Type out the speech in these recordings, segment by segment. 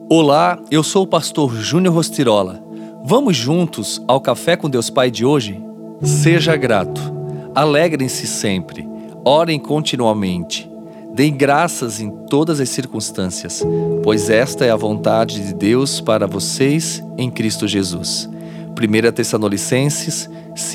Olá, eu sou o pastor Júnior Rostirola. Vamos juntos ao Café com Deus Pai de hoje? Seja grato, alegrem-se sempre, orem continuamente, deem graças em todas as circunstâncias, pois esta é a vontade de Deus para vocês em Cristo Jesus. 1 Tessalonicenses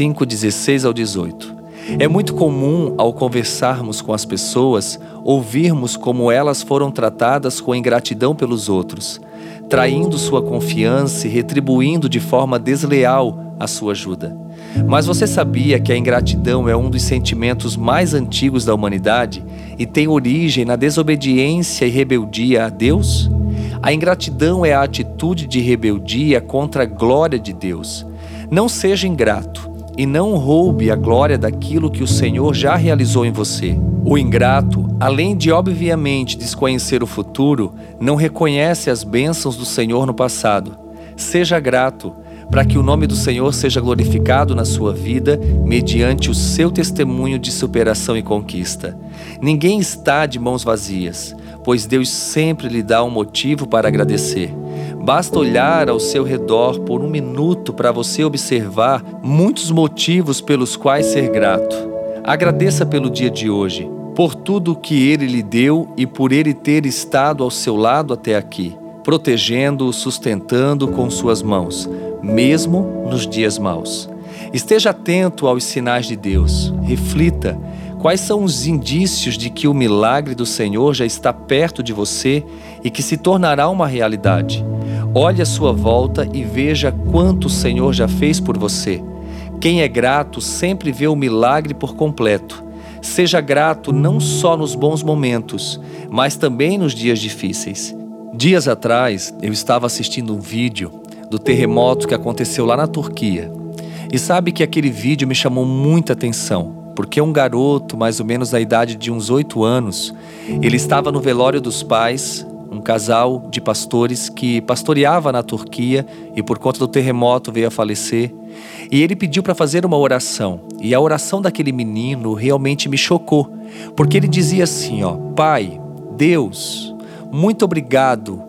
5:16 ao 18. É muito comum, ao conversarmos com as pessoas, ouvirmos como elas foram tratadas com ingratidão pelos outros, traindo sua confiança e retribuindo de forma desleal a sua ajuda. Mas você sabia que a ingratidão é um dos sentimentos mais antigos da humanidade e tem origem na desobediência e rebeldia a Deus? A ingratidão é a atitude de rebeldia contra a glória de Deus. Não seja ingrato e não roube a glória daquilo que o Senhor já realizou em você. O ingrato, além de obviamente desconhecer o futuro, não reconhece as bênçãos do Senhor no passado. Seja grato, para que o nome do Senhor seja glorificado na sua vida, mediante o seu testemunho de superação e conquista. Ninguém está de mãos vazias, pois Deus sempre lhe dá um motivo para agradecer. Basta olhar ao seu redor por um minuto para você observar muitos motivos pelos quais ser grato. Agradeça pelo dia de hoje, por tudo que Ele lhe deu e por Ele ter estado ao seu lado até aqui, protegendo-o, sustentando com suas mãos, mesmo nos dias maus. Esteja atento aos sinais de Deus. Reflita quais são os indícios de que o milagre do Senhor já está perto de você e que se tornará uma realidade. Olhe à sua volta e veja quanto o Senhor já fez por você. Quem é grato sempre vê o milagre por completo. Seja grato não só nos bons momentos, mas também nos dias difíceis. Dias atrás, eu estava assistindo um vídeo do terremoto que aconteceu lá na Turquia. E sabe que aquele vídeo me chamou muita atenção, porque um garoto, mais ou menos da idade de uns 8 anos, ele estava no velório dos pais, um casal de pastores que pastoreava na Turquia e por conta do terremoto veio a falecer. E ele pediu para fazer uma oração. E a oração daquele menino realmente me chocou, porque ele dizia assim, Pai, Deus, muito obrigado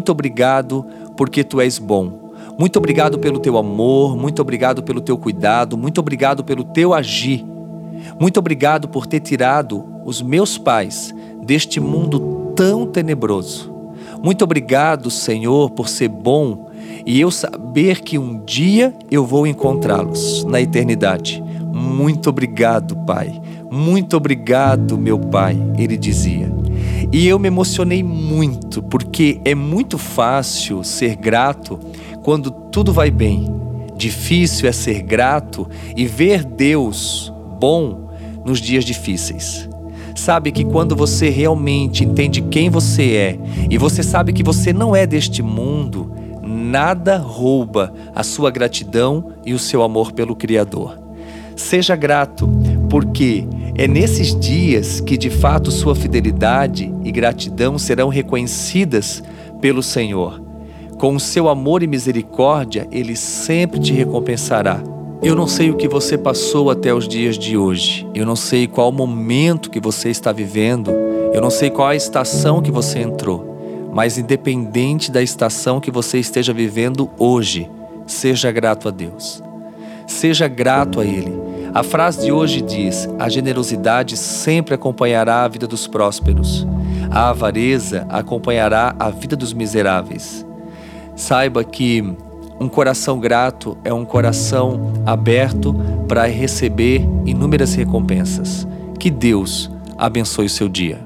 porque Tu és bom. Muito obrigado pelo Teu amor, muito obrigado pelo Teu cuidado, muito obrigado pelo Teu agir. Muito obrigado por ter tirado os meus pais deste mundo tão tenebroso. Muito obrigado, Senhor, por ser bom e eu saber que um dia eu vou encontrá-los na eternidade. Muito obrigado, Pai. Muito obrigado, meu Pai, ele dizia. E eu me emocionei muito, porque é muito fácil ser grato quando tudo vai bem. Difícil é ser grato e ver Deus bom nos dias difíceis. Sabe que quando você realmente entende quem você é e você sabe que você não é deste mundo, nada rouba a sua gratidão e o seu amor pelo Criador. Seja grato, porque é nesses dias que de fato sua fidelidade e gratidão serão reconhecidas pelo Senhor. Com o seu amor e misericórdia, Ele sempre te recompensará. Eu não sei o que você passou até os dias de hoje. Eu não sei qual momento que você está vivendo. Eu não sei qual a estação que você entrou. Mas independente da estação que você esteja vivendo hoje, seja grato a Deus. Seja grato a Ele. A frase de hoje diz: a generosidade sempre acompanhará a vida dos prósperos. A avareza acompanhará a vida dos miseráveis. Saiba que um coração grato é um coração aberto para receber inúmeras recompensas. Que Deus abençoe o seu dia.